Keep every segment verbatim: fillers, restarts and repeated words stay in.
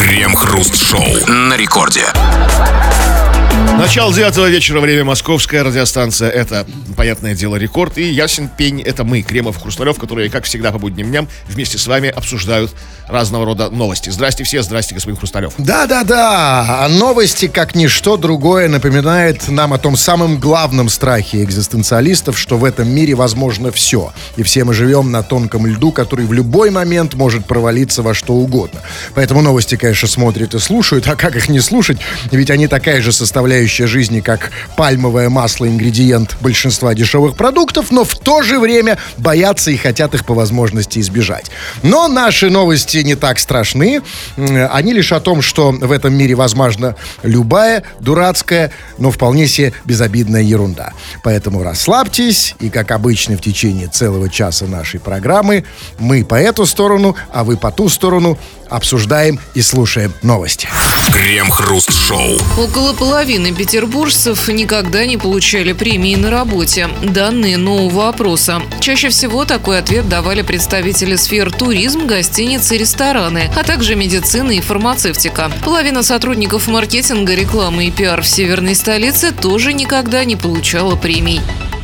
Крем-хруст-шоу на рекорде. Начало девятого вечера, время московская, радиостанция «Это, понятное дело, рекорд». И ясен пень, это мы, Кремов, Хрусталев, которые, как всегда, по будним дням вместе с вами обсуждают разного рода новости. Здрасте все, здрасте, господин Хрусталев. Да-да-да, а новости, как ничто другое, напоминает нам о том самом главном страхе экзистенциалистов, что в этом мире возможно все. И все мы живем на тонком льду, который в любой момент может провалиться во что угодно. Поэтому новости, конечно, смотрят и слушают, а как их не слушать, ведь они такая же составляющая жизни, как пальмовое масло, ингредиент большинства дешевых продуктов, но в то же время боятся и хотят их по возможности избежать. Но наши новости не так страшны. Они лишь о том, что в этом мире возможна любая дурацкая, но вполне себе безобидная ерунда. Поэтому расслабьтесь, и, как обычно, в течение целого часа нашей программы мы по эту сторону, а вы по ту сторону обсуждаем и слушаем новости. Крем-хруст-шоу. Около половины петербуржцев никогда не получали премии на работе. Данные нового опроса. Чаще всего такой ответ давали представители сфер туризм, гостиницы и рестораны, а также медицина и фармацевтика. Половина сотрудников маркетинга, рекламы и пиар в северной столице тоже никогда не получала премий.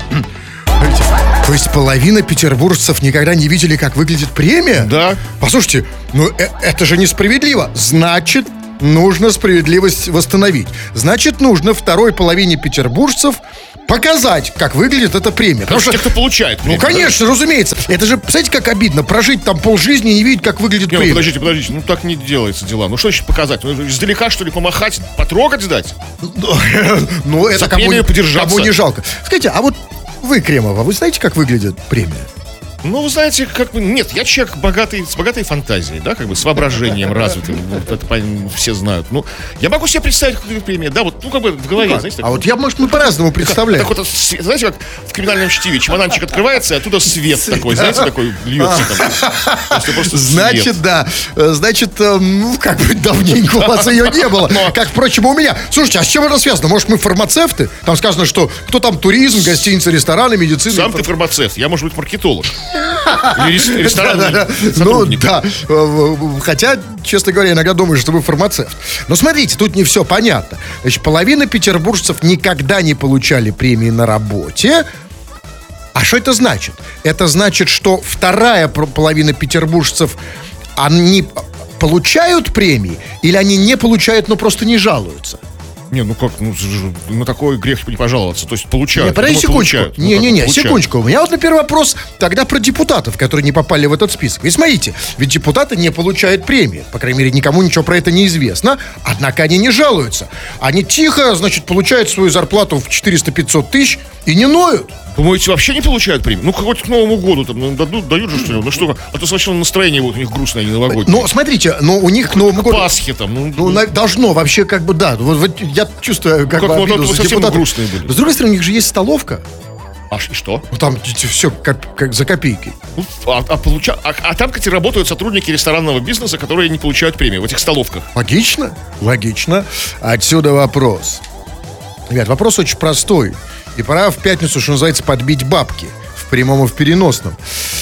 То есть половина петербуржцев никогда не видели, как выглядит премия? Да. Послушайте, ну э- это же несправедливо. Значит, нужно справедливость восстановить. Значит, нужно второй половине петербуржцев показать, как выглядит эта премия. Потому что те, кто получает премию, ну, конечно, да? разумеется. Это же, знаете, как обидно. Прожить там полжизни и не видеть, как выглядит Не, премия. ну, подождите, подождите, ну так не делается дела. Ну что еще показать? Ну, издалека, что ли, помахать, потрогать сдать? Ну, это За кому, премию подержаться. кому не жалко. Скажите, а вот вы, Кремова, вы знаете, как выглядит премия? Ну, вы знаете, как бы... Нет, я человек богатый, с богатой фантазией, да, как бы с воображением развитым. Вот это все знают. Ну, я могу себе представить, какую премию. Да, вот, ну, как бы в голове, Ну, знаете. а вот я, может, мы по-разному представляем. Так вот, знаете, как в «Криминальном чтиве» чемоданчик открывается, и оттуда свет такой, знаете, такой льется там. Просто, просто Значит, свет. да. Значит, ну, как бы давненько у вас ее не было. Как, впрочем, у меня. Слушайте, а с чем это связано? Может, мы фармацевты? Там сказано, что кто там туризм, гостиницы, рестораны, медицина. Сам ты фармацевт, я, может быть, маркетолог. Или ресторанный Да, да, да. Ну, да. Хотя, честно говоря, иногда думаю, что вы фармацевт. Но смотрите, тут не все понятно. Значит, половина петербуржцев никогда не получали премии на работе. А что это значит? Это значит, что вторая половина петербуржцев, они получают премии, или они не получают, но просто не жалуются? Не, ну как, ну, на такой грех не пожаловаться. То есть получают. Не, подожди секундочку. Не-не-не, секундочку. У меня вот на первый вопрос тогда про депутатов, которые не попали в этот список. Ведь смотрите, ведь депутаты не получают премии. По крайней мере, никому ничего про это не известно. Однако они не жалуются. Они тихо, значит, получают свою зарплату в четыреста-пятьсот тысяч и не ноют. Думаете, вообще не получают премию? Ну, хоть к Новому году там ну, дадут, дают же что-нибудь. Ну что, а то сначала настроение вот у них грустное, не новогоднее. Ну, смотрите, но у них к Новому году... Пасхи там. Ну, ну, на, должно вообще как бы, да. Вот, вот я чувствую, как, как бы вот, обиду вот, за совсем депутатов. грустные были. С другой стороны, у них же есть столовка. А и что? Ну, там все как, как за копейки. Ну, а, а, получа... а, а там, кстати, работают сотрудники ресторанного бизнеса, которые не получают премии в этих столовках. Логично, логично. Отсюда вопрос. Ребят, вопрос очень простой. И пора в пятницу, что называется, подбить бабки. В прямом и в переносном.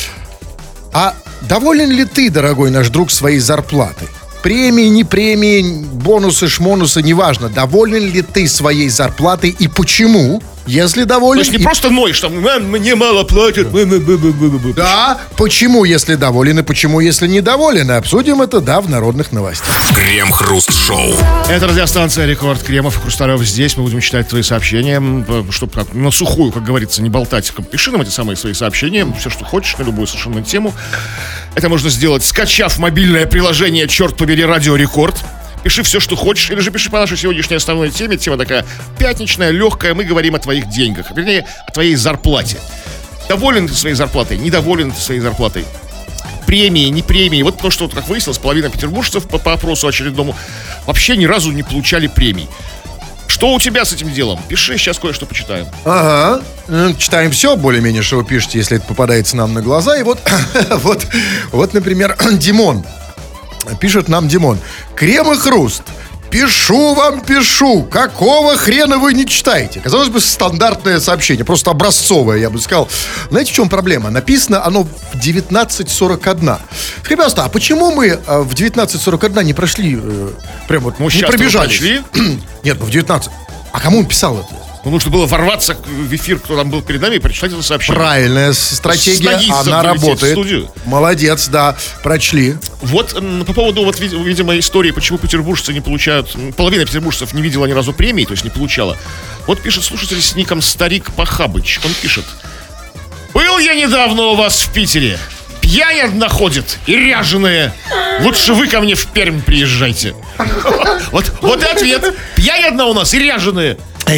А доволен ли ты, дорогой наш друг, своей зарплатой? Премии, не премии, бонусы, шмонусы, неважно. Доволен ли ты своей зарплатой и почему? Если доволен... То есть не и... просто ноешь, там, мне мало платят. Да, почему, если доволен, и почему, если недоволен? И обсудим это, да, в народных новостях. Крем-хруст-шоу. Это радиостанция «Рекорд». Кремов и Хрусталев здесь. Мы будем читать твои сообщения, чтобы как, на сухую, как говорится, не болтать. Пиши нам эти самые свои сообщения, все, что хочешь, на любую совершенно тему. Это можно сделать, скачав мобильное приложение «Черт побери, Радио Рекорд». Пиши все, что хочешь, или же пиши по нашей сегодняшней основной теме. Тема такая пятничная, легкая. Мы говорим о твоих деньгах, вернее, о твоей зарплате. Доволен ты своей зарплатой, недоволен ты своей зарплатой. Премии, не премии. Вот то, что, как выяснилось, половина петербуржцев по, по опросу очередному вообще ни разу не получали премий. Что у тебя с этим делом? Пиши, сейчас кое-что почитаем. Ага, читаем все, более-менее, что вы пишете, если это попадается нам на глаза. И вот, вот, вот, например, Димон. Пишет нам Димон. Крем и хруст. Пишу вам, пишу. Какого хрена вы не читаете? Казалось бы, стандартное сообщение, просто образцовое, я бы сказал. Знаете, в чем проблема? Написано оно в девятнадцать сорок один. Скажите, пожалуйста, а почему мы в девятнадцать сорок один не прошли, прям вот, Ну, не сейчас пробежались? Нет, ну в девятнадцать. А кому он писал это? Ну, нужно было ворваться в эфир, кто там был перед нами, и прочитать это сообщение. Правильная стратегия, С ноги она залететь в работает. студию. Молодец, да, прочли. Вот м, по поводу, вот, вид- видимо, истории, почему петербуржцы не получают... м, Половина петербуржцев не видела ни разу премии, то есть не получала. Вот пишет слушатель с ником Старик Пахабыч. Он пишет: был я недавно у вас в Питере. Пьянь одна ходит и ряженая. Лучше вы ко мне в Пермь приезжайте. Вот, вот и ответ. Пьянь одна у нас и ряженая.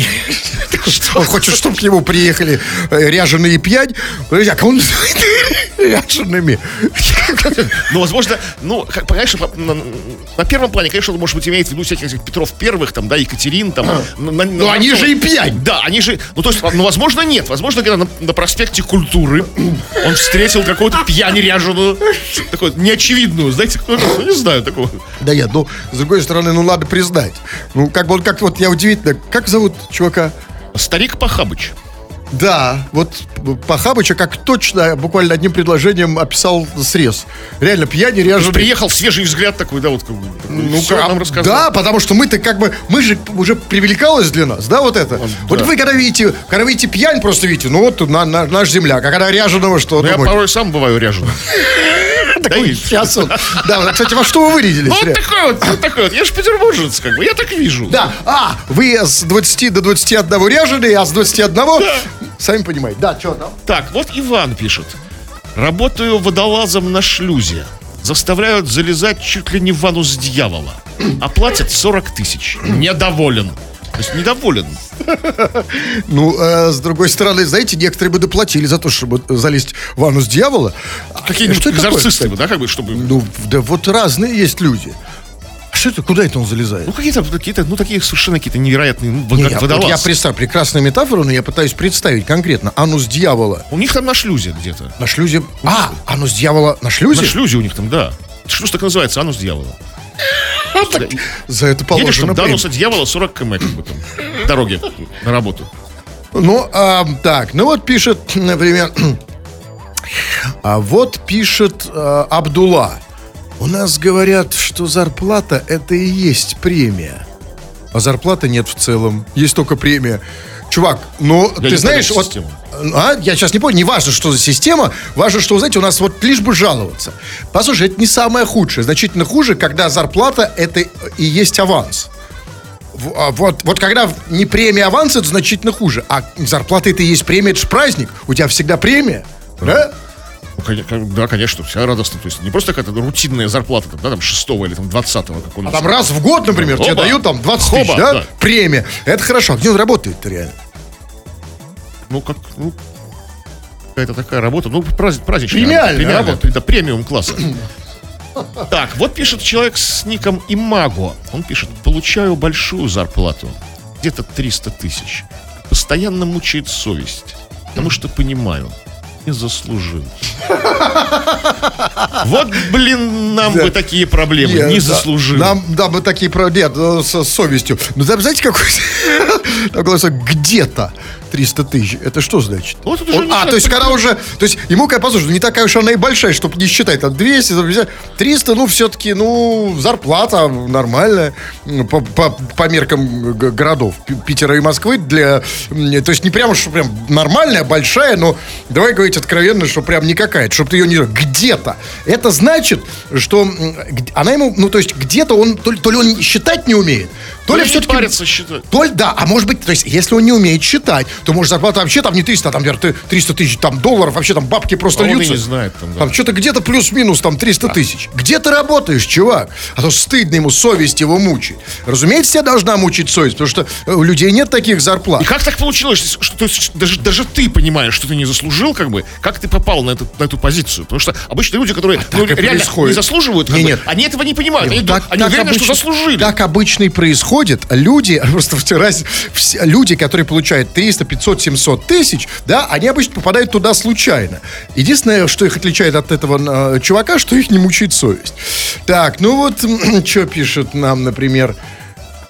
Он хочет, чтобы к нему приехали э, ряженые пьянь. Подожди, а кого он называет ряжеными? Ну, возможно, ну, как, конечно, по- на, на первом плане, конечно, он, может быть, имеет в виду всяких этих Петров первых, там, да, Екатерин, там. на- на- Ну, на- они на- же и пьянь. Да, они же, ну, то есть, ну, возможно, нет. Возможно, где-то на, на проспекте Культуры он встретил какую-то пьянь ряженую, такую неочевидную, знаете, ну, не знаю, такого. Да нет, ну, с другой стороны, ну, надо признать. Ну, как бы он, как вот, я удивительно, как зовут чувака? Старик Пахабыч. Да, вот Пахабыча как точно, буквально одним предложением описал срез. Реально, пьяни То есть ряженые. приехал свежий взгляд такой, да, вот, как бы, Ну, всё как- нам рассказал. да, потому что мы-то как бы, мы же уже привлекалось для нас, да, вот это. Вот да. вы когда видите, когда видите пьянь, просто видите, ну вот на, на- наш земляк, а когда ряженого, что Ну, я думаете? порой сам бываю ряженым. Да и- Сейчас он. Да, кстати, во что вы вырядились? Ну, вот такой вот, вот такой вот. Я же петербуржец, как бы, я так вижу. Да, а, вы с двадцати до двадцати одного ряженые, а с двадцати одного, сами понимаете. Да, что там? Так, вот Иван пишет. Работаю водолазом на шлюзе. Заставляют залезать чуть ли не в анус дьявола. А платят сорок тысяч. Недоволен. То есть недоволен. Ну, э, с другой стороны, знаете, некоторые бы доплатили за то, чтобы залезть в анус дьявола. А Какие-нибудь что это такое, экзорцисты, кстати? да, как бы, чтобы... Ну, да вот разные есть люди. А что это, куда это он залезает? Ну, какие-то, какие-то, ну, такие совершенно какие-то невероятные, ну, Не, как я, водолаз. вот я представляю, прекрасная метафора, но я пытаюсь представить конкретно. Анус дьявола У них там на шлюзе где-то. на шлюзе. А, анус дьявола на шлюзе? На шлюзе у них там, да. Шлюз так называется, анус дьявола. Да, и За это едешь положено. там до премия. ануса дьявола сорок километров, как бы там, дороги на работу. Ну, а, так, ну вот пишет, например, а вот пишет а, Абдулла. У нас говорят, что зарплата это и есть премия. А зарплаты нет в целом. Есть только премия. Чувак, ну, Я ты не знаешь, понял вот... систему. А, я сейчас не понял, не важно, что за система, важно, что, вы знаете, у нас вот лишь бы жаловаться. Послушай, это не самое худшее. Значительно хуже, когда зарплата это и есть аванс. В- а Вот, вот когда не премия, аванс, это значительно хуже. А зарплата это и есть премия, это же праздник. У тебя всегда премия, да? Ну, конечно, да, конечно, вся радостно. То есть не просто какая-то рутинная зарплата, там, да, там, шестого или там двадцатого, как у А нас. там раз в год, например, тебе Оба. дают там двадцать тысяч, Хоба, да? да. Премия. Это хорошо. Где он работает-то реально? Ну, как, ну, какая-то такая работа, ну, праздник, праздничная. Премиальная работа. Это премиум класса. Так, вот пишет человек с ником Имаго. Он пишет: получаю большую зарплату, где-то триста тысяч. Постоянно мучает совесть, потому что понимаю, не заслужил. Вот, блин, нам бы такие проблемы. Нет, Не да, заслужил. Нам, да, мы такие про... Нет, э, с, с совестью. Ну, там, знаете, какой... Там голосок где-то триста тысяч. Это что значит? Вот это уже Он- а, начинает то есть, когда быть- уже... То есть, ему, как, послушай, ну, не такая уж она и большая, чтобы не считать. Там двести, там, триста, ну, все-таки, ну, зарплата нормальная. ну, По, по, по меркам г- городов Пи- Питера и Москвы. Для, м, то есть, не прямо, что прям нормальная, большая, но давай говорить откровенно, что прям не какая-то. Чтобы ты ее не... Где-то. Это значит, что м, г- она ему... Ну, то есть, где-то он... То ли, то ли он считать не умеет, то ли не все-таки... парится считать. То ли, да, а может быть, то есть, если он не умеет считать, то, может, зарплата вообще там не триста, а там, например, триста тысяч там, долларов, вообще там бабки просто А он и льются. не знает там, да. Там что-то где-то плюс-минус там триста тысяч. Где ты работаешь, чувак? А то стыдно ему, совесть его мучает. Разумеется, тебя должна мучить совесть, потому что э, у людей нет таких зарплат. И как так получилось, что то есть, даже, даже ты понимаешь, что ты не заслужил, как бы, как ты попал на эту, на эту позицию? Потому что обычно люди, которые ну, так и реально происходит. не заслуживают, как Не, бы, нет. они этого не понимают. Они, Так- они так уверены, обычно- что заслужили. Так обычно и происходит. Люди, просто вчерась, все, люди, которые получают триста, пятьсот, семьсот тысяч, да, они обычно попадают туда случайно. Единственное, что их отличает от этого э, чувака, что их не мучает совесть. Так, ну вот, что пишет нам, например,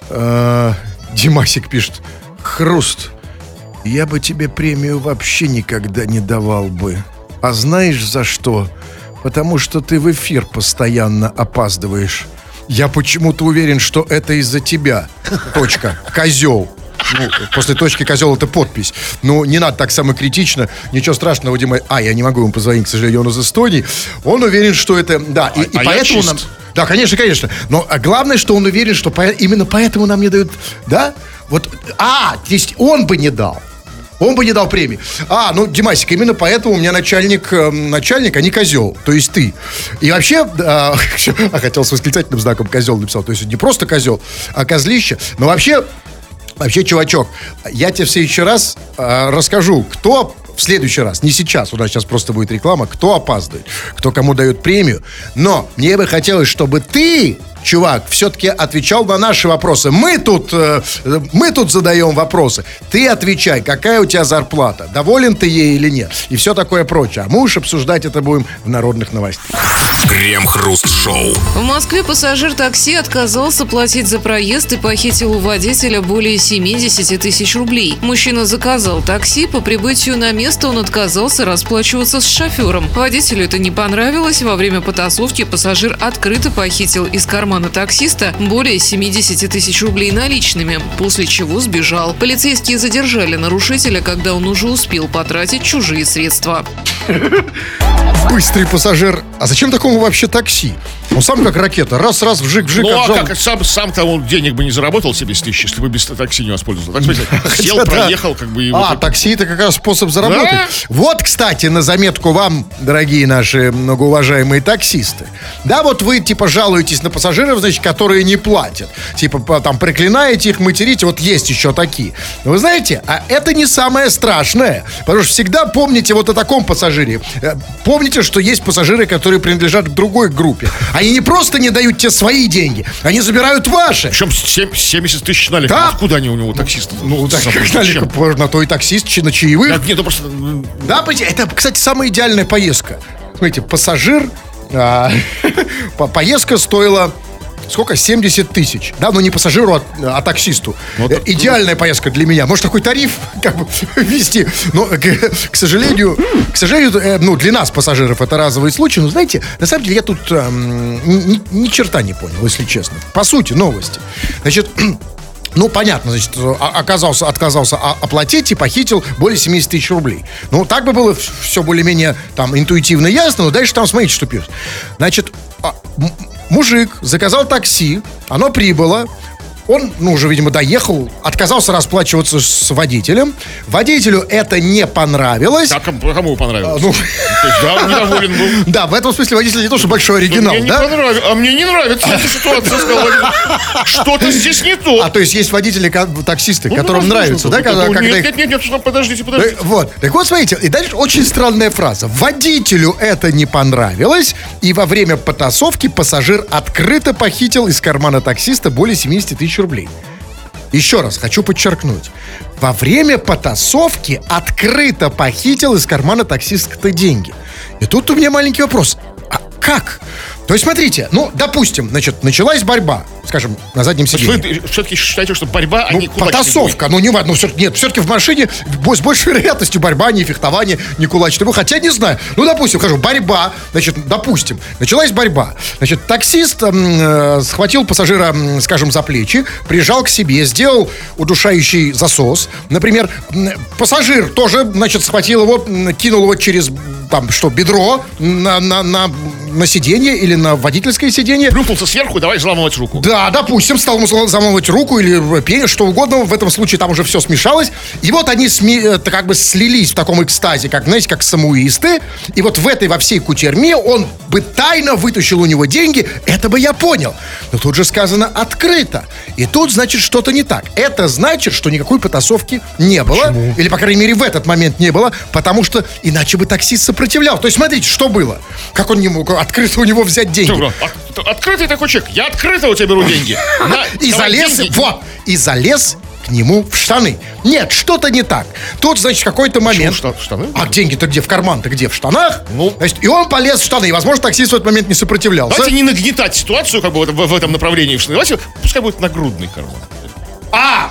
э, Димасик пишет: Хруст, я бы тебе премию вообще никогда не давал бы. А знаешь за что? Потому что ты в эфир постоянно опаздываешь. Я почему-то уверен, что это из-за тебя. Точка. Козел. Ну, после точки козел это подпись. Ну, не надо так самокритично. Ничего страшного, Дима. А, я не могу ему позвонить, к сожалению, он из Эстонии. Он уверен, что это... Да, и, а, и а поэтому нам... Да, конечно, конечно. Но главное, что он уверен, что по... именно поэтому нам не дают... Да? Вот... А, то есть он бы не дал. Он бы не дал премии. А, ну, Димасик, именно поэтому у меня начальник, э, начальник, а не козел. То есть ты. И вообще, э, а хотел с восклицательным знаком козел написал. То есть не просто козел, а козлище. Но вообще... Вообще, чувачок, я тебе в следующий раз э, расскажу, кто в следующий раз, не сейчас, у нас сейчас просто будет реклама, кто опаздывает, кто кому дает премию. Но мне бы хотелось, чтобы ты, чувак, все-таки отвечал на наши вопросы. Мы тут, э, мы тут задаем вопросы. Ты отвечай, какая у тебя зарплата, доволен ты ей или нет, и все такое прочее. А мы уж обсуждать это будем в народных новостях. Крем-хруст-шоу. В Москве пассажир такси отказался платить за проезд и похитил у водителя более семьдесят тысяч рублей. Мужчина заказал такси, по прибытию на место он отказался расплачиваться с шофером. Водителю это не понравилось. Во время потасовки пассажир открыто похитил из кармана таксиста более семьдесят тысяч рублей наличными, после чего сбежал. Полицейские задержали нарушителя, когда он уже успел потратить чужие средства. Быстрый пассажир. А зачем такому вообще такси? Он сам как ракета. Раз-раз, вжик-вжик. Ну, отжал. а как, сам, сам-то он денег бы не заработал себе с тысячи, если бы без такси не воспользовался. Так, смотрите, сел, Хотя, да. проехал, как бы... и А, вот такси это как раз способ заработать. Да? Вот, кстати, на заметку вам, дорогие наши многоуважаемые таксисты. Да, вот вы, типа, жалуетесь на пассажиров, значит, которые не платят. Типа, там, проклинаете их, материте. Вот есть еще такие. Но вы знаете, а это не самое страшное. Потому что всегда помните вот о таком пассажире. Помните, что есть пассажиры, которые принадлежат к другой группе. Они не просто не дают тебе свои деньги, они забирают ваши. Причем семьдесят тысяч наликов. Да. Откуда они у него, таксисты? Ну, так, наликов, на то и таксист, на чаевых. Да, нет, ну просто... Да, это, кстати, самая идеальная поездка. Смотрите, пассажир, а, поездка стоила... Сколько? семьдесят тысяч. Да, но не пассажиру, а, а таксисту. Вот, э, идеальная поездка для меня. Может, такой тариф как бы ввести. Но, к, к сожалению, к сожалению, э, ну, для нас, пассажиров, это разовый случай. Но, знаете, на самом деле я тут э, ни, ни черта не понял, если честно. По сути, новости. Значит... Ну, понятно, значит, оказался, отказался оплатить и похитил более семьдесят тысяч рублей. Ну, так бы было все более-менее там интуитивно ясно, но дальше там, смотрите, что пишет. Значит, мужик заказал такси, оно прибыло, он, ну, уже, видимо, доехал, отказался расплачиваться с водителем. Водителю это не понравилось. А кому, кому понравилось? А, ну... То есть, да, он недоволен был. Да, в этом смысле водитель не то, что большой оригинал, мне да? Не понрав... А мне не нравится эта ситуация, сказал. Что-то здесь не то. А то есть есть водители, таксисты, ну, которым ну, нравится, ну, да? ну, Когда, ну, когда нет, их... нет, нет, нет, нет, подождите, подождите. Вот, так вот, смотрите, и дальше очень странная фраза. Водителю это не понравилось, и во время потасовки пассажир открыто похитил из кармана таксиста более семьдесят тысяч рублей. Еще раз хочу подчеркнуть. Во время потасовки открыто похитил из кармана таксиста деньги. И тут у меня маленький вопрос. А как? То есть, смотрите, ну, допустим, значит, началась борьба, скажем, на заднем сиденье. Вы все-таки считаете, что борьба, ну, а не кулачный потасовка, бой? ну, не, ну, все, нет, все-таки в машине с большей вероятностью борьба, не фехтование, не кулачный бой. Хотя, не знаю, ну, допустим, скажу, борьба, значит, допустим, началась борьба. Значит, таксист э, схватил пассажира, э, скажем, за плечи, прижал к себе, сделал удушающий засос. Например, пассажир тоже, значит, схватил его, кинул его через, там, что, бедро на, на, на, на сиденье или на водительское сиденье. Плюхнулся сверху, давай взламывать руку. Да, допустим, стал ему замолвать руку или пенис, что угодно. В этом случае там уже все смешалось. И вот они сми, как бы слились в таком экстазе, как, знаете, как самуисты. И вот в этой, во всей кутерьме он бы тайно вытащил у него деньги. Это бы я понял. Но тут же сказано открыто. И тут, значит, что-то не так. Это значит, что никакой потасовки не было. Почему? Или, по крайней мере, в этот момент не было. Потому что иначе бы таксист сопротивлял. То есть, смотрите, что было. Как он не мог открыто у него взять деньги. От, открытый такой человек. Я открыто у тебя беру деньги. На, и залез, деньги. Вот, и залез к нему в штаны. Нет, что-то не так. Тут, значит, какой-то момент... Почему штаны? А деньги-то где? В карман-то где? В штанах? Ну. Значит, и он полез в штаны. И, возможно, таксист в этот момент не сопротивлялся. Давайте не нагнетать ситуацию как бы в, в этом направлении. Давайте, пускай будет нагрудный карман.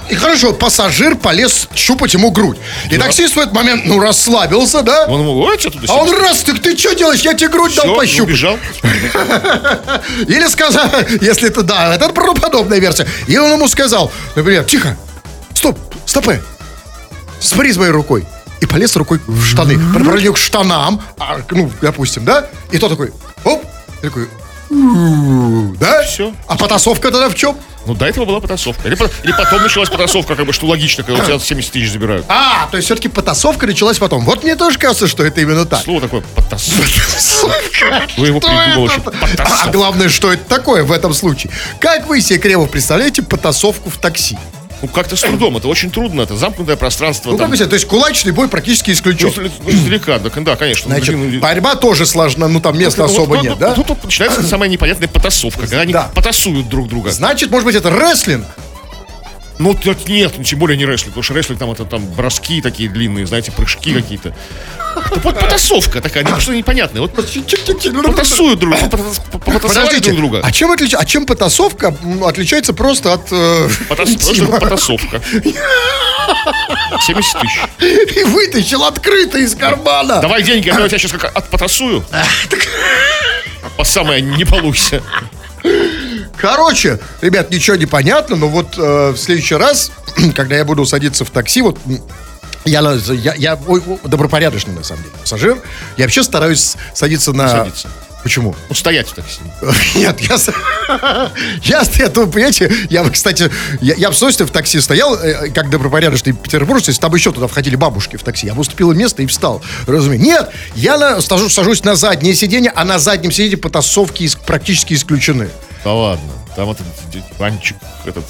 и хорошо, пассажир полез щупать ему грудь. И Да. таксист в этот момент, ну, расслабился, да? Он ему, ой, что туда А он раз, ты, ты что делаешь? Я тебе грудь дал пощупать. убежал. Или сказал, если это, да, это правдоподобная версия. И он ему сказал, например, тихо, стоп, стопэ, смотри с моей рукой. И полез рукой в штаны. Проник к штанам, а, ну, допустим, да? И тот такой, оп, и такой, «У-у-у», да? Всё. А потасовка тогда в чем? Ну, до этого была потасовка. Или, по- или потом началась потасовка, как бы, что логично, когда у тебя семьдесят тысяч забирают. А, то есть все-таки потасовка началась потом. Вот мне тоже кажется, что это именно так. Слово такое потасовка. Вы его Что придумали, это? что потасовка. А главное, что это такое в этом случае? Как вы себе, Кремов, представляете потасовку в такси? Ну, как-то с трудом. Это очень трудно. Это замкнутое пространство. Ну, там. как вы себе, то есть кулачный бой практически Ну, исключен. ну, издалека, да, да, конечно. Значит, Ну, борьба тоже сложна, ну там места вот- особо вот- нет, вот- да? Тут, тут начинается самая непонятная потасовка, когда они Да. потасуют друг друга. Значит, может быть, это рестлинг? Ну, тут нет, ну, тем более не рестлинг, потому что рестлинг там это там броски такие длинные, знаете, прыжки какие-то. Это вот потасовка такая, ну, что непонятная. Вот потасуют друг друга, потасовали Подождите, друг друга. а чем, отлич... а чем потасовка м, отличается просто от э, Потас- Просто интима? потасовка. семьдесят тысяч. И вытащил открыто из кармана. Давай деньги, а то я тебя сейчас как отпотасую. По самое не получится. Короче, ребят, ничего не понятно, но вот э, в следующий раз, когда я буду садиться в такси, вот м, я, на- я, я ой, ой, добропорядочный, на самом деле, пассажир, я вообще стараюсь садиться на... Садиться. Почему? Ну, стоять в такси. Нет, я... с- Я, я, ну, понимаете, я, кстати, я, я в Сосне в такси стоял, э, как добропорядочный петербуржец, если там еще туда входили бабушки в такси. Я выступил место и встал, разумеется. Нет, я на, сажусь, сажусь на заднее сиденье, а на заднем сиденье потасовки ис- практически исключены. Да ладно. Там этот диванчик, этот...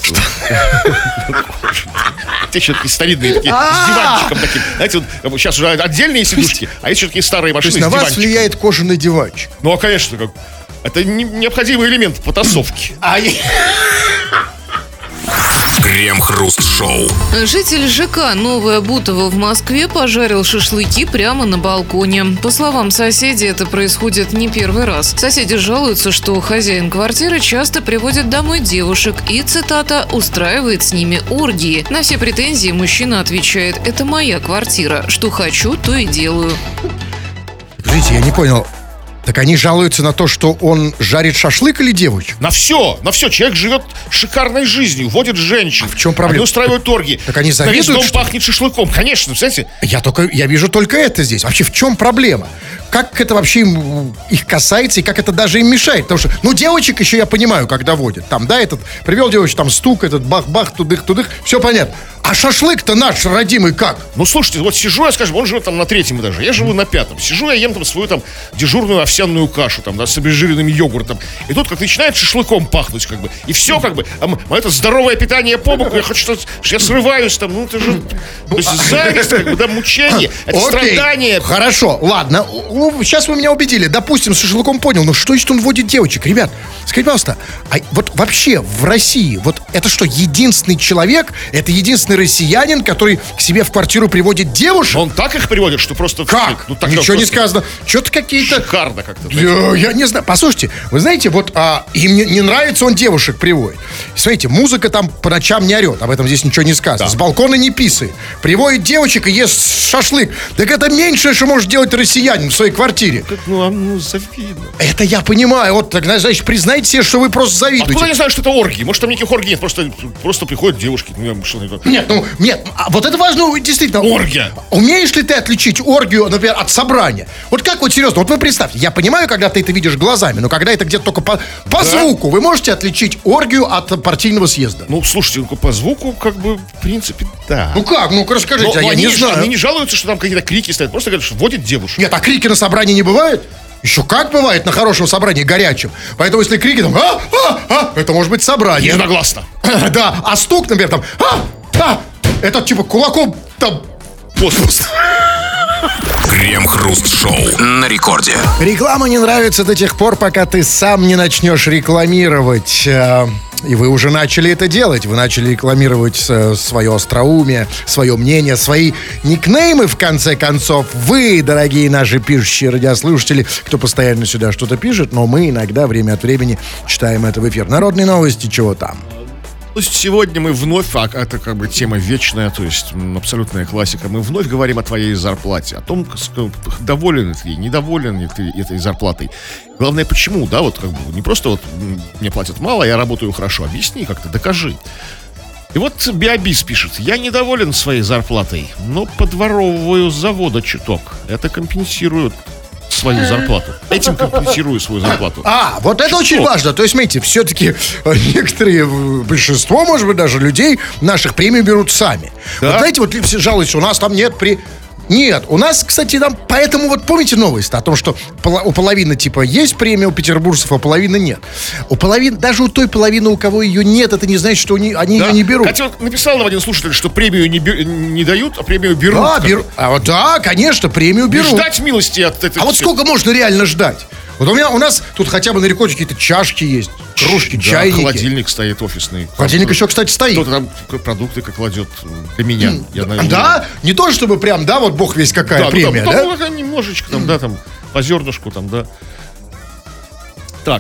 Те еще такие старинные, такие, с диванчиком таким. Знаете, вот сейчас уже отдельные сидушки, а есть еще такие старые То машины есть с на вас диванчиком. влияет кожаный диванчик. Ну, а конечно, как... Это не- необходимый элемент потасовки. А я- Крем-хруст-шоу. Житель ЖК Новое Бутово в Москве пожарил шашлыки прямо на балконе. По словам соседей, это происходит не первый раз. Соседи жалуются, что хозяин квартиры часто приводит домой девушек и, цитата, устраивает с ними оргии. На все претензии мужчина отвечает: «Это моя квартира. Что хочу, то и делаю». Подождите, я не понял. Так они жалуются на то, что он жарит шашлык или девочек? На все, на все. Человек живет шикарной жизнью, водит женщин. А в чем проблема? Они устраивают торги. Так они На весь завидуют, дом что ли? пахнет шашлыком. Конечно, представляете? Я только, я вижу только это здесь. Вообще, в чем проблема? Как это вообще им, их касается и как это даже им мешает? Потому что, ну, девочек еще я понимаю, когда водят. Там, да, этот, привел девочек, там стук, этот бах-бах, тудых-тудых, все понятно. А шашлык-то наш родимый как? Ну, слушайте, вот сижу я, скажем, он живет там на третьем этаже, я живу на пятом. Сижу я, ем там свою там дежурную овсяную кашу, там, да, с обезжиренным йогуртом. И тут как начинает шашлыком пахнуть, как бы. И все, как бы, а м- мое это здоровое питание по боку, я хочу, что я срываюсь там, ну, это же... То есть зависть, как бы, да, мучение, это Окей. страдание. Хорошо, ладно. Ну, сейчас вы меня убедили. Допустим, с шашлыком понял. Но что значит он водит девочек? Ребят, скажите, пожалуйста, а вот вообще в России, вот это что, единственный человек, это единственный россиянин, который к себе в квартиру приводит девушек? Но он так их приводит, что просто... Как? Ну, так Ничего не просто сказано. Что-то какие-то... Шикарно как-то. знаете. Я, я не знаю. Послушайте, вы знаете, вот а, им не, не нравится, он девушек приводит. Смотрите, музыка там по ночам не орет, об этом здесь ничего не сказано. Да. С балкона не писает. Приводит девочек и ест шашлык. Так это меньшее, что может делать россиянин в своей квартире. Как, ну, а, ну, завидно. Это я понимаю. Вот тогда, значит, признайте себе, что вы просто завидуете. Откуда они знают, что это оргии? Может, там никаких оргий нет, просто, просто приходят девушки. Ну, я, что это? Нет, ну, нет, а вот это важно, ну, действительно. Оргия. Умеешь ли ты отличить оргию, например, от собрания? Вот как вот серьезно, вот вы представьте, я понимаю, когда ты это видишь глазами, но когда это где-то только по, по Да. звуку, вы можете отличить оргию от партийного съезда? Ну, слушайте, ну, по звуку, как бы, в принципе, да. Ну как? Ну-ка расскажите, Но- а но я они, не ж- знаю. они не жалуются, что там какие-то крики стоят, просто говорят, что водит девушек. Нет, а крики на собрании не бывает? Еще как бывает на хорошем собрании, горячем. Поэтому если крики там, а, а, а, это может быть собрание. Единогласно. Да, а стук, например, там, а, а, это типа кулаком там. Космос. Крем-хруст-шоу на рекорде. Реклама не нравится до тех пор, пока ты сам не начнешь рекламировать. Э, И вы уже начали это делать. Вы начали рекламировать э, свое остроумие, свое мнение, свои никнеймы, в конце концов. Вы, дорогие наши пишущие радиослушатели, кто постоянно сюда что-то пишет, но мы иногда время от времени читаем это в эфир. Народные новости, чего там? То есть сегодня мы вновь, а это как бы тема вечная, то есть м, абсолютная классика, мы вновь говорим о твоей зарплате, о том, с- доволен ли ты, недоволен ли ты этой зарплатой. Главное, почему, да, вот как бы не просто вот м, мне платят мало, я работаю хорошо, объясни как-то, докажи. И вот Биобис пишет: я недоволен своей зарплатой, но подворовываю с завода чуток. Это компенсирует свою зарплату. Этим компенсирую свою зарплату. А, вот это очень важно. То есть, смотрите, все-таки некоторые, э, большинство, может быть, даже людей наших премию берут сами. Да. Вот знаете, вот все жалуются, у нас там нет при... Нет, у нас, кстати, там, поэтому вот помните новость о том, что пола- у половины типа есть премия у петербуржцев, а у половины нет. У половины, даже у той половины, у кого ее нет, это не значит, что они, они Да. ее не берут. Хотя вот написал нам один слушатель, что премию не, бе- не дают, а премию берут. Да, Как беру- а вот да, конечно, премию бы. берут. Ждать милости от этой... А вот сколько можно реально ждать? Вот у меня, у нас тут хотя бы на рекорде какие-то чашки есть, кружки, Да, чайники. холодильник стоит офисный. Холодильник еще, кстати, стоит. Кто-то там к- продукты как кладет для меня. Я, наверное, Да? Не то, чтобы прям, да, вот бог весь какая Да, ну, премия, там, да? там, ну, немножечко там, да, там, по зернышку там, да. Так.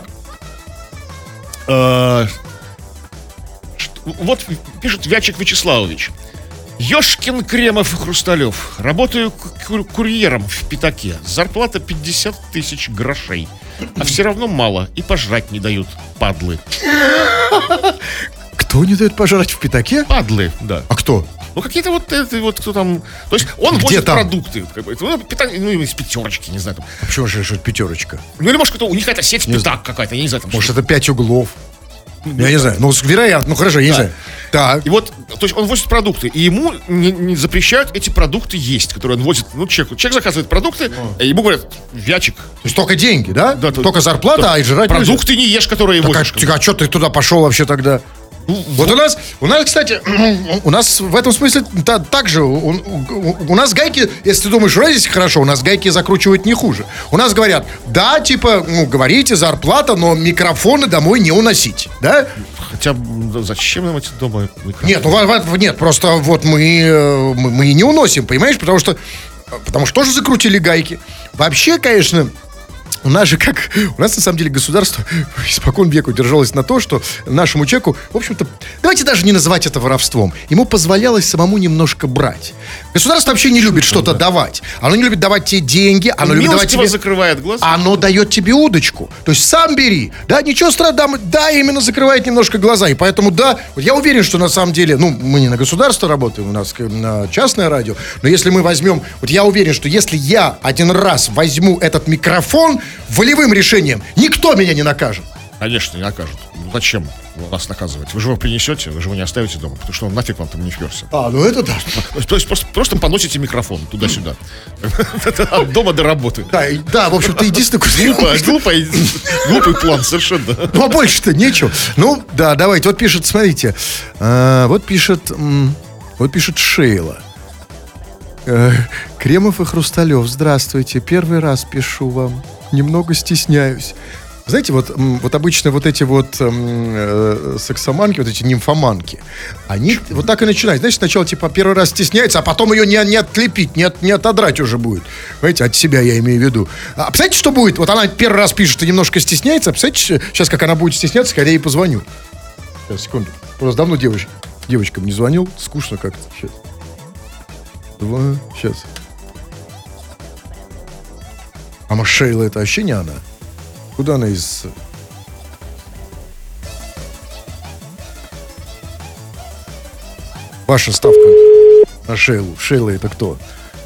Э, что- Вот пишет Вячик Вячеславович. Ёшкин, Кремов и Хрусталев. Работаю ку- курьером в Пятаке. Зарплата пятьдесят тысяч грошей. А все равно мало. И пожрать не дают. Падлы. Кто не дает пожрать в Пятаке? Падлы, да. А кто? Ну, какие-то вот это вот, кто там... То есть он Где возит там? продукты. Как бы, ну, питание, ну, из пятерочки, не знаю. Там. А почему же это пятерочка? Ну, или, может, кто у них какая-то сеть пятак какая-то, я не знаю. Там, Может, что-то. это пять углов? Я не знаю. Ну, с- вероятно. Ну, хорошо, я не Да. знаю. Так. И вот, то есть он возит продукты, и ему не, не запрещают эти продукты есть, которые он возит, ну, человеку. Человек заказывает продукты, и ему говорят: Вячик, То есть только деньги, да? Да, только то- зарплата, то- а и жрать нельзя. продукты не ешь, которые Так, возишь. а, а что ты туда пошел вообще тогда? Вот у нас, у нас, кстати, у нас в этом смысле та- так же, у, у- у нас гайки, если ты думаешь, что здесь хорошо, у нас гайки закручивают не хуже. У нас говорят, да, типа, ну, говорите, зарплата, но микрофоны домой не уносить, да? Хотя да, зачем нам эти дома микрофоны? Нет, ну, во- во- нет, просто вот мы, э, мы, мы и не уносим, понимаешь, потому что, потому что тоже закрутили гайки. Вообще, конечно... У нас же как... У нас, на самом деле, государство испокон веку держалось на то, что нашему человеку, в общем-то, давайте даже не называть это воровством. Ему позволялось самому немножко брать. Государство вообще не любит что-то давать. Оно не любит давать тебе деньги, оно любит давать Милостиво тебе... закрывает глаза. Оно дает тебе удочку. То есть сам бери. Да, ничего страшного. Да, именно закрывает немножко глаза. И поэтому, да, вот я уверен, что на самом деле, ну, мы не на государство работаем, у нас э, на частное радио. Но если мы возьмем, вот я уверен, что если я один раз возьму этот микрофон волевым решением, никто меня не накажет. Конечно, не накажут. Ну, зачем вас наказывать? Вы же его принесете, вы же его не оставите дома, потому что он нафиг вам там не вперся. А, ну это да. То есть просто, просто поносите микрофон туда-сюда. От дома до работы. Да, и- да, в общем-то, единственное, Глупо, глупо, глупый план, совершенно. ну, а больше-то нечего. Ну, да, давайте. Вот пишет, смотрите. э, вот пишет... м, вот пишет Шейла. Э, Кремов и Хрусталев, здравствуйте. Первый раз пишу вам. Немного стесняюсь. Знаете, вот, м, вот обычно вот эти вот м, э, сексоманки, вот эти нимфоманки, они вот так и начинают. Знаешь, сначала типа первый раз стесняется, а потом ее не, не отлепить, не, от- не отодрать уже будет. Понимаете, от себя я имею в виду. А представляете, что будет? Вот она первый раз пишет и немножко стесняется. А представляете, сейчас как она будет стесняться, когда я ей позвоню. Сейчас, секунду. Просто давно девоч, девочкам не звонил. Скучно как-то. Сейчас. Два. Сейчас. А может, Шейла это вообще не она? Куда она из... Ваша ставка на Шейлу. Шейла это кто?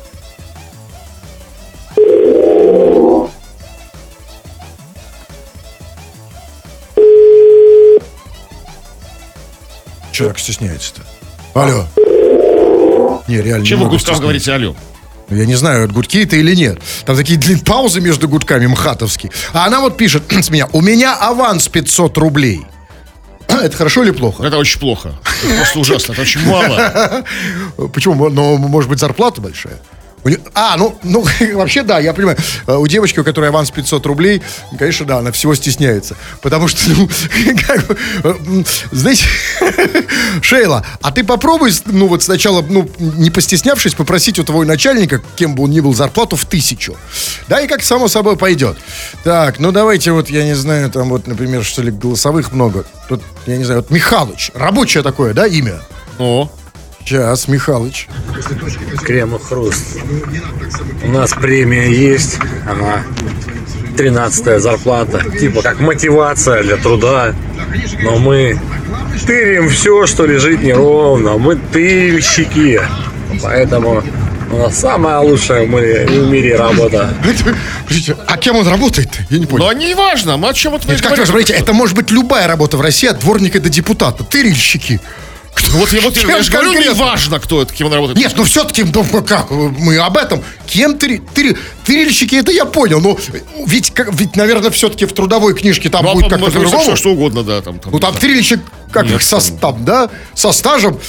Че так стесняется-то? Алло. Не, реально. Чем не вы могу гудкам стесняться. говорите алло? Ну, я не знаю, это гудки это или нет. Там такие длинные паузы между гудками мхатовские. А она вот пишет с меня: у меня аванс пятьсот рублей. Это хорошо или плохо? Это очень плохо. Это просто ужасно. Это очень мало. Почему? Ну, может быть, зарплата большая? У не- А, ну, ну, вообще, да, я понимаю. Э, У девочки, у которой аванс пятьсот рублей, конечно, да, она всего стесняется. Потому что, ну, как бы, э, м, знаете, Шейла, а ты попробуй, ну вот сначала, ну, не постеснявшись, попросить у твоего начальника, кем бы он ни был, зарплату в тысячу. Да, и как само собой пойдет. Так, ну давайте вот, я не знаю, там вот, например, что ли, голосовых много. Тут, я не знаю, вот Михалыч, рабочее такое, да, имя? О. Сейчас, Михалыч. Крем и хруст. У нас премия есть, она тринадцатая зарплата, типа как мотивация для труда. Но мы тырим все, что лежит неровно. Мы тырильщики. Поэтому у нас самая лучшая в мире, в мире работа. Подождите, а кем он работает? Я не понял. Ну, не важно, мы о чем вот мы Нет, как вы говорите, это может быть любая работа в России, от дворника до депутата. Тырильщики. Ну, вот я, вот, Кем я же говорю, не конкретно? важно, кто это, кем он работает. Нет, ну все-таки, ну как, мы об этом. Кем тыри, тыри, тырильщики, это я понял. Но ведь, как, ведь наверное, все-таки в трудовой книжке там Ну, а будет по- как-то может быть, по-другому. все, что угодно, да. Там, там, Ну там да. тырильщик, как Нет, их со, там- там, да, со стажем.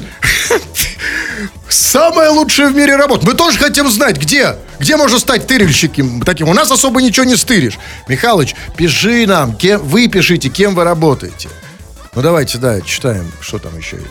Самая лучшая в мире работа. Мы тоже хотим знать, где, где можно стать тырильщиком таким. У нас особо ничего не стыришь. Михалыч, пиши нам, кем, вы пишите, кем вы работаете. Ну давайте, да, читаем, что там еще есть.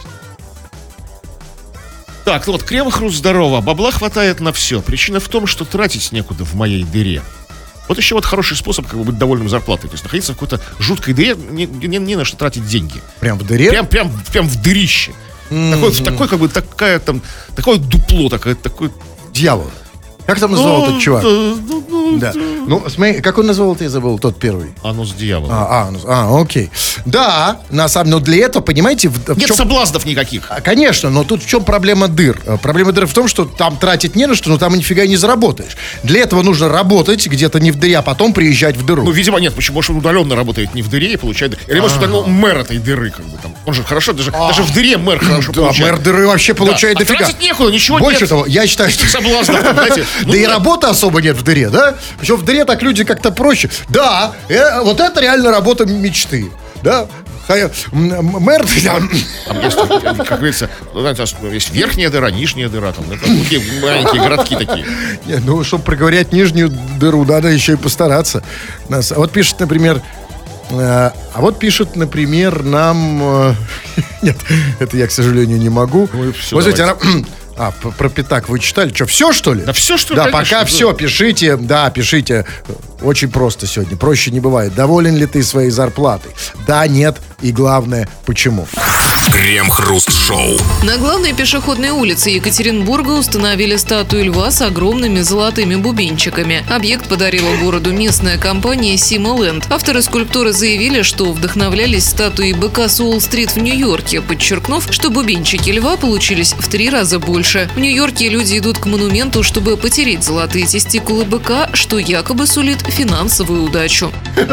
Так, вот, Крем и хруст здорово. Бабла хватает на все. Причина в том, что тратить некуда в моей дыре. Вот еще вот хороший способ как бы быть довольным зарплатой. То есть находиться в какой-то жуткой дыре, не, не, не на что тратить деньги. Прям в дыре? Прям, прям, прям в дырище. Mm-hmm. Такой, в такой, как бы, такая там, такое дупло, такое, такой... Дьявол. Как там назвал этот чувак? Ну, ну, Да. Ну, смотри, как он назвал, ты забыл, тот первый. Оно с дьяволом. А, а, ну, а, окей. Да, на самом деле, но для этого, понимаете, в, в Нет чем- соблазнов никаких. А, Конечно, но тут в чем проблема дыр? А, Проблема дыр в том, что там тратить не на что, но там нифига не заработаешь. Для этого нужно работать где-то не в дыре, а потом приезжать в дыру. Ну, видимо, нет, почему? Может, он удаленно работает не в дыре и получает... Или, может, удаленно мэр этой дыры, как бы там. Он же хорошо, даже, даже в дыре мэр хорошо да, получает. мэр дыры вообще получает Да. А дофига. тратить некуда, ничего Больше нет. того, я считаю, что... Соблазнов, там, знаете. Ну, Да и работы особо нет в дыре, да? Причем в дыре так люди как-то проще. Да, э, вот это реально работа мечты, да? Ха- м- м- Мэр... Там есть, как говорится, ну, знаете, есть верхняя дыра, нижняя дыра, там, это такие маленькие городки такие. Нет, ну, чтобы проговорять нижнюю дыру, надо еще и постараться. Нас- а Вот пишет, например... э, А вот пишет, например, нам... э, Нет, это я, к сожалению, не могу. Ну и всё, Вот смотрите, давайте. ра- А, п- про пятак вы читали? Что, все, что ли? Да всё, что ли, Да, конечно, пока да. все, пишите. Да, пишите. Очень просто сегодня. Проще не бывает. Доволен ли ты своей зарплатой? Да, нет. И главное, почему? Крем-хруст-шоу. На главной пешеходной улице Екатеринбурга установили статую льва с огромными золотыми бубенчиками. Объект подарила городу местная компания Симоленд. Авторы скульптуры заявили, что вдохновлялись статуей быка с Уолл-стрит в Нью-Йорке, подчеркнув, что бубенчики льва получились в три раза больше. В Нью-Йорке люди идут к монументу, чтобы потереть золотые тестикулы быка, что якобы сулит финансовую удачу.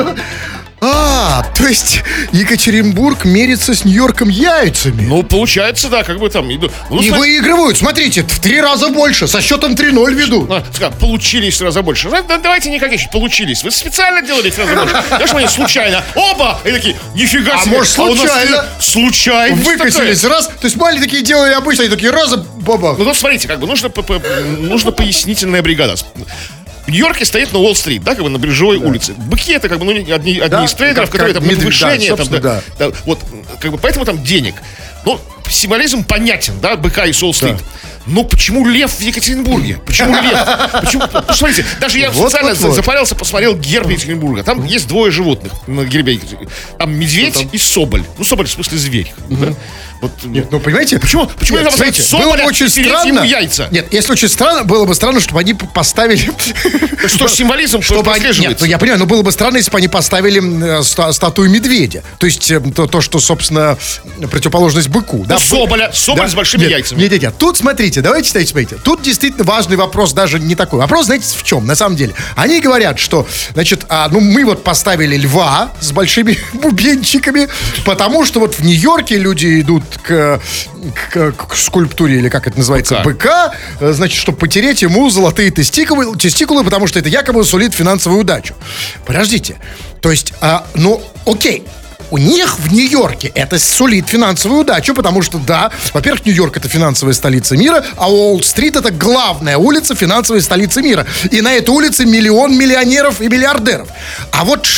А, то есть Екатеринбург мерится с Нью-Йорком яйцами. Ну, получается, да, как бы там... иду- Ну, И смотри, выигрывают, смотрите, в три раза больше, со счетом три ноль ведут. а, скажем, получились сразу больше. Да, да, давайте не какие получились. Вы специально делали сразу больше. Знаешь, они случайно. Оба! И такие, нифига А себе. может, у нас случайно? Случайно. Выкатились раз, то есть маленькие такие делали обычно, они такие раза, баба. Ну, вот смотрите, как бы нужно, по- по- нужно пояснительная бригада. В Нью-Йорке стоит на Уолл-стрит, да, как бы на Биржевой улице. Быки это как бы ну, одни, одни Да, из трейдеров, как- которые как там медведь, повышение, да, там, собственно, да, да, вот, как бы поэтому там денег. Ну, символизм понятен, да, быка и Уолл-стрит. Да. Но почему лев в Екатеринбурге? Почему лев? Почему? Посмотрите, даже я Вот, специально вот, вот. запарился, посмотрел герб Екатеринбурга. Там есть двое животных на гербе Екатеринбурга. Там медведь и соболь. Ну, соболь в смысле зверь. Да? Вот, Нет, ну понимаете? Почему? Почему Нет, я смотрите, соболя было бы очень и переть странно. ему яйца? Нет, если очень странно, было бы странно, чтобы они поставили. Что символизм Чтобы они, нет, прослеживается? ну я понимаю, но было бы странно, если бы они поставили э, ста- статую медведя. То есть э, то, то, что, собственно, противоположность быку. Да, соболя, соболь с большими нет, яйцами. Нет, нет, нет. Тут, смотрите, давайте читайте, смотрите. Тут действительно важный вопрос, даже не такой. Вопрос, знаете, в чем, на самом деле? Они говорят, что, значит, а, ну мы вот поставили льва с большими бубенчиками, потому что вот в Нью-Йорке люди идут к, к, к скульптуре, или как это называется, Быка. быка, э, значит, чтобы потереть ему золотые тестикулы, тестикулы, потому что это якобы сулит финансовую удачу. Подождите. То есть, а, ну, окей. У них в Нью-Йорке это сулит финансовую удачу, потому что, да, во-первых, Нью-Йорк — это финансовая столица мира, а Уолл-стрит — это главная улица финансовой столицы мира. И на этой улице миллион миллионеров и миллиардеров. А вот ш-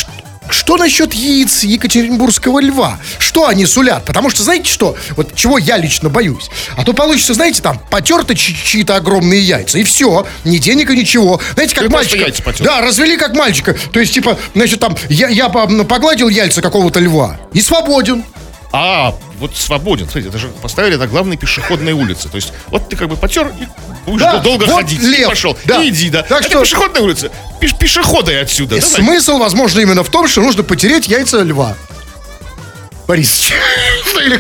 что насчет яиц екатеринбургского льва? Что они сулят? Потому что, знаете что? Вот чего я лично боюсь. А то получится, знаете, там, потерты чьи-то огромные яйца, и все. Ни денег, и ничего. Знаете, как Ты просто мальчика... яйца потер. Да, развели как мальчика. То есть, типа, значит, там, я, я погладил яйца какого-то льва и свободен. А, вот свободен. Смотрите, это же поставили на главной пешеходной улице. То есть, вот ты как бы потер и будешь Да, долго вот ходить. лев. И пошел. Да. И иди, да. Так это что- пешеходная улица. Пеш пешеходы отсюда. И Давай. смысл, возможно, именно в том, что нужно потереть яйца льва. Борис. Ну, или-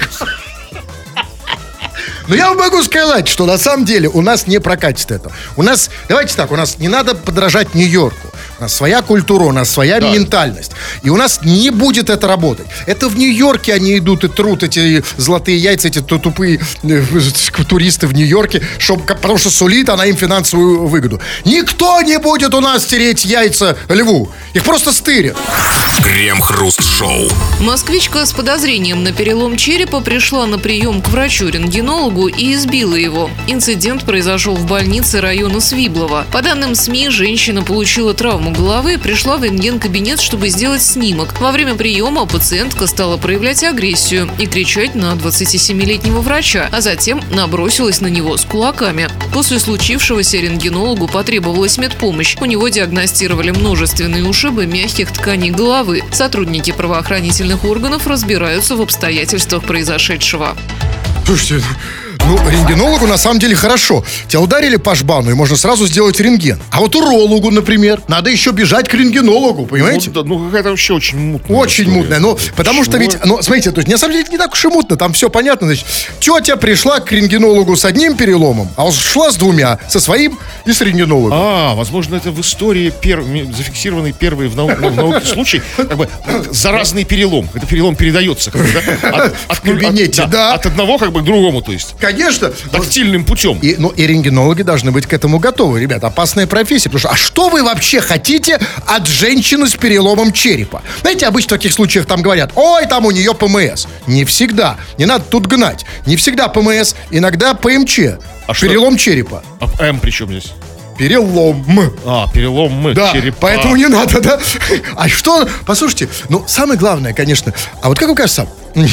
Но я вам могу сказать, что на самом деле у нас не прокатит это. У нас, давайте так, у нас не надо подражать Нью-Йорку. У нас своя культура, у нас своя Да. ментальность. И у нас не будет это работать. Это в Нью-Йорке они идут и трут эти золотые яйца, эти ту- тупые э, туристы в Нью-Йорке, чтоб, потому что сулит она им финансовую выгоду. Никто не будет у нас тереть яйца льву. Их просто стырят. Крем-хруст-шоу. Москвичка с подозрением на перелом черепа пришла на прием к врачу-рентгенологу и избила его. Инцидент произошел в больнице района Свиблова. По данным СМИ, женщина получила травму головы и пришла в рентген-кабинет, чтобы сделать снимок. Во время приема пациентка стала проявлять агрессию и кричать на двадцатисемилетнего врача, а затем набросилась на него с кулаками. После случившегося рентгенологу потребовалась медпомощь. У него диагностировали множественные ушибы мягких тканей головы. Сотрудники правоохранительных органов разбираются в обстоятельствах произошедшего. Слушайте, ну, рентгенологу на самом деле хорошо. Тебя ударили по жбану, и можно сразу сделать рентген. А вот урологу, например, надо еще бежать к рентгенологу, понимаете? Ну, да, ну, какая-то вообще очень мутная Очень история. мутная. Ну, потому что Чего? ведь, ну, смотрите, то есть, на самом деле, это не так уж и мутно, там все понятно. Значит, тетя пришла к рентгенологу с одним переломом, а шла с двумя, со своим и с рентгенологом. А, возможно, это в истории пер... ми- зафиксированный первый в, нау... ну, в науке случай, как бы заразный перелом. Это перелом передается как бы, да? от, от- В кабинете, от- да. От одного как бы к другому, то есть Конечно. тактильным путем. И, ну, и рентгенологи должны быть к этому готовы, ребят. Опасная профессия. Потому что, а что вы вообще хотите от женщины с переломом черепа? Знаете, обычно в таких случаях там говорят, ой, там у нее ПМС. Не всегда. Не надо тут гнать. Не всегда ПМС, иногда ПМЧ. А что? Перелом черепа. А М при чем здесь? Перелом. А, перелом мы, Да, черепа. поэтому не надо, да? А что, послушайте, ну, самое главное, конечно, а вот как вам кажется,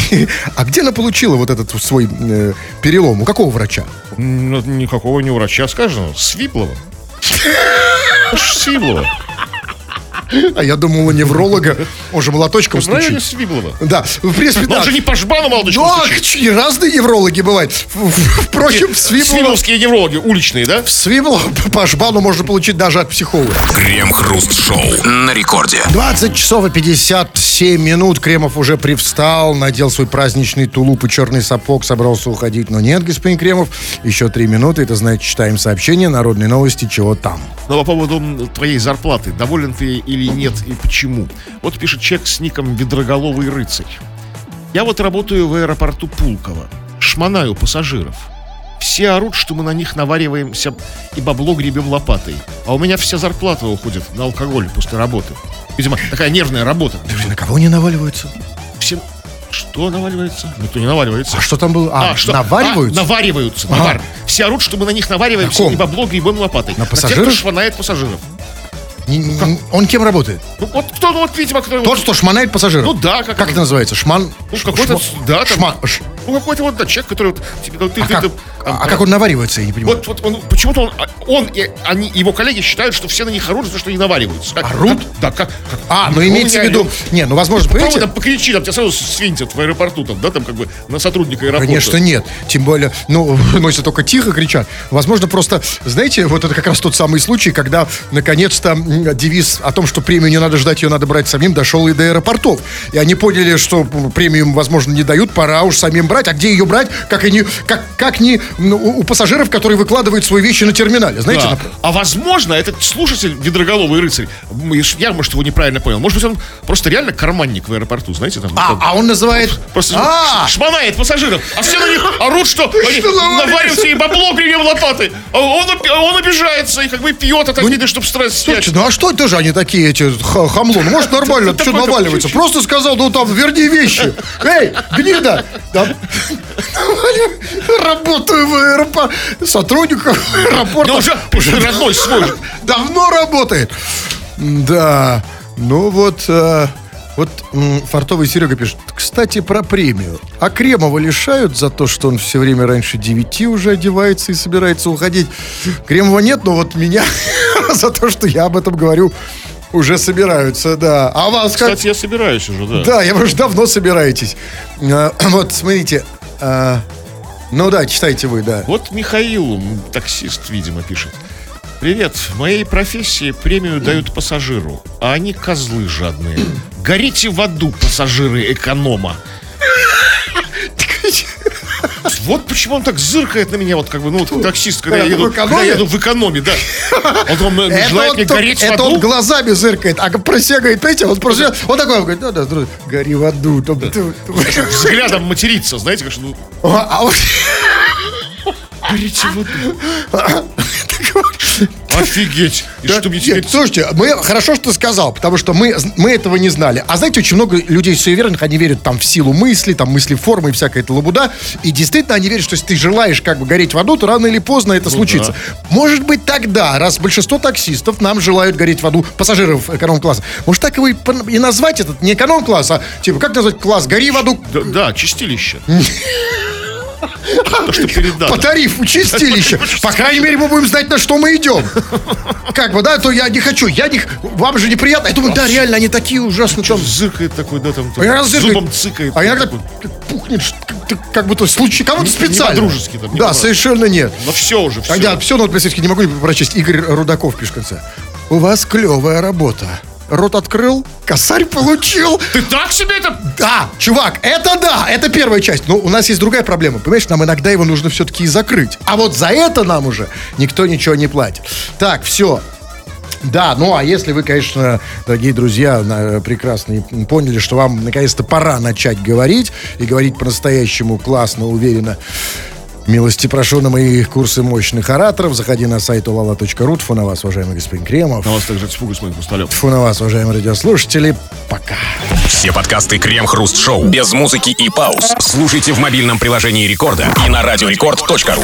а где она получила вот этот свой э, перелом? У какого врача? Ну, никакого не врача, скажем, Свиблова. Свиблова. А я думал, у невролога, он же молоточком В районе стучит. Свиблова. Да, в принципе, Но да. он же не по жбану молодочку Ну, стучит. ч- и разные неврологи бывают. В- в- Впрочем, в Свиблово, Свибловские неврологи, уличные, да? в Свиблово по жбану можно получить даже от психолога. Крем-хруст-шоу на рекорде. двадцать часов и пятьдесят семь минут. Кремов уже привстал, надел свой праздничный тулуп и черный сапог, собрался уходить. Но нет, господин Кремов, еще три минуты. Это значит, читаем сообщение, народные новости, чего там. Но по поводу м, твоей зарплаты, доволен ты или нет, и почему? Вот пишет человек с ником Ведроголовый рыцарь. Я вот работаю в аэропорту Пулково, шмонаю пассажиров. Все орут, что мы на них навариваемся и бабло гребем лопатой. А у меня вся зарплата уходит на алкоголь после работы. Видимо, такая нервная работа. На кого не наваливаются? Все... Что наваливается? Никто не наваливается. А что там было? А, что? навариваются? А, навариваются. Ага. навар. Все орут, что мы на них навариваемся На ком? и бабло гребем лопатой. На тех, пассажиров? кто швонает пассажиров. Не- не- Он кем работает? Ну, вот кто, ну, вот, видимо, который... Тот, что шмонает пассажиров? Ну да, как, Как это называется? Шман? Ну, ш- какой-то, шма- да, там, шма- ш- ну, какой-то вот, да, человек, который вот, типа, ты, А ты, как, ты, там, а как он наваривается, я не понимаю. Вот, вот он, почему-то он, он и они, его коллеги считают, что все на них орут, за то, что они навариваются. Как- Орут? как- да, как... как- А, ну он имеется в не виду... орет. Не, ну возможно, Попробуй понимаете... там покричи, там тебя сразу свинтят в аэропорту, там, да, там как бы на сотрудника аэропорта. Конечно, нет. Тем более, ну, ну, если только тихо кричат. Возможно, просто, знаете, вот это как раз тот самый случай, когда, наконец-то, м, девиз о том, что премию не надо ждать, ее надо брать самим, дошел и до аэропортов. И они поняли, что м, премию, им, возможно, не дают, пора уж самим брать. А где ее брать? Как, они, как, как не ну, у, у пассажиров, которые выкладывают свои вещи на терминале. Знаете, Да. например. А возможно, этот слушатель, Ведроголовый рыцарь, м, я, может, его неправильно понял, может быть, он просто реально карманник в аэропорту, знаете, там... А, там а он называет... Просто А! ш- шмонает пассажиров, а все на них орут, что они Что наваливаются? навариваются и бабло гребем лопатой. А он, оп- он обижается и как бы пьет, а так видно, чтобы стресс снять. Слушайте, ну а что это же они такие, эти ха- хамло? Ну, может, нормально, Ты что такой, наваливается? такой, Просто сказал, ну там, верни вещи. Эй, гнида! Да. Работаю в аэропорту. Сотрудник аэропорта. Ну, уже, уже родной свой. Давно работает. Да, ну вот, э, Вот м, фартовый Серега пишет: кстати, про премию. А Кремова лишают за то, что он все время раньше девяти уже одевается и собирается уходить? Кремова нет, но вот меня за то, что я об этом говорю, уже собираются, да. А вас как? Кстати, я собираюсь уже, да. Да, я вы уже давно собираетесь. А, вот, смотрите. а, Ну да, читайте вы, да. Вот Михаил, таксист, видимо, пишет. Привет, в моей профессии премию дают пассажиру, а они козлы жадные. Горите в аду, пассажиры эконома. Вот почему он так зыркает на меня, вот как бы, ну, вот таксист, когда я еду, когда я еду в экономе, да. Он, он желает мне гореть в это аду. он глазами зыркает, а про себя говорит, знаете, вот просто, он такой, он говорит, да, да, да, гори в аду. Там, да. Взглядом материться, знаете, как что... Ну... А, а вот... Горите в аду. Офигеть. И да, что мне нет, теперь... Слушайте, мы, хорошо, что ты сказал, потому что мы, мы этого не знали. А знаете, очень много людей суеверных, они верят там в силу мысли, там мысли формы и всякая эта лабуда. И действительно они верят, что если ты желаешь как бы гореть в аду, то рано или поздно это ну, случится. Да. Может быть тогда, раз большинство таксистов нам желают гореть в аду, пассажиров эконом-класса, может так его и, и назвать этот не эконом-класс, а типа, как назвать класс? Гори в аду. Да, да, чистилище. То, что по тарифу чистилище. По крайней мере, мы будем знать, на что мы идем. Как бы, да, то я не хочу. Я не... Вам же неприятно. Я думаю, да, реально, они такие ужасные. Там зыркает такой, да, там зубом цыкает. А иногда пухнет, как будто случай, кому-то специально. По-дружески там. Да, совершенно нет. Но все уже, все. Да, все, но вот, представьте, не могу прочесть. Игорь Рудаков пишет в конце. У вас клевая работа. Рот открыл, косарь получил. Ты так себе это... Да, чувак, это да, это первая часть. Но у нас есть другая проблема. Понимаешь, нам иногда его нужно все-таки и закрыть. А вот за это нам уже никто ничего не платит. Так, все. Да, ну а если вы, конечно, дорогие друзья, прекрасно поняли, что вам наконец-то пора начать говорить, и говорить по-настоящему классно, уверенно, милости прошу на мои курсы мощных ораторов. Заходи на сайт улала точка ру. Тьфу на вас, уважаемый господин Кремов. На вас также тьфу, господин Хрусталев. Тьфу на вас, уважаемые радиослушатели. Пока. Все подкасты Крем-Хруст Шоу без музыки и пауз слушайте в мобильном приложении Рекорда и на радиорекорд точка ру.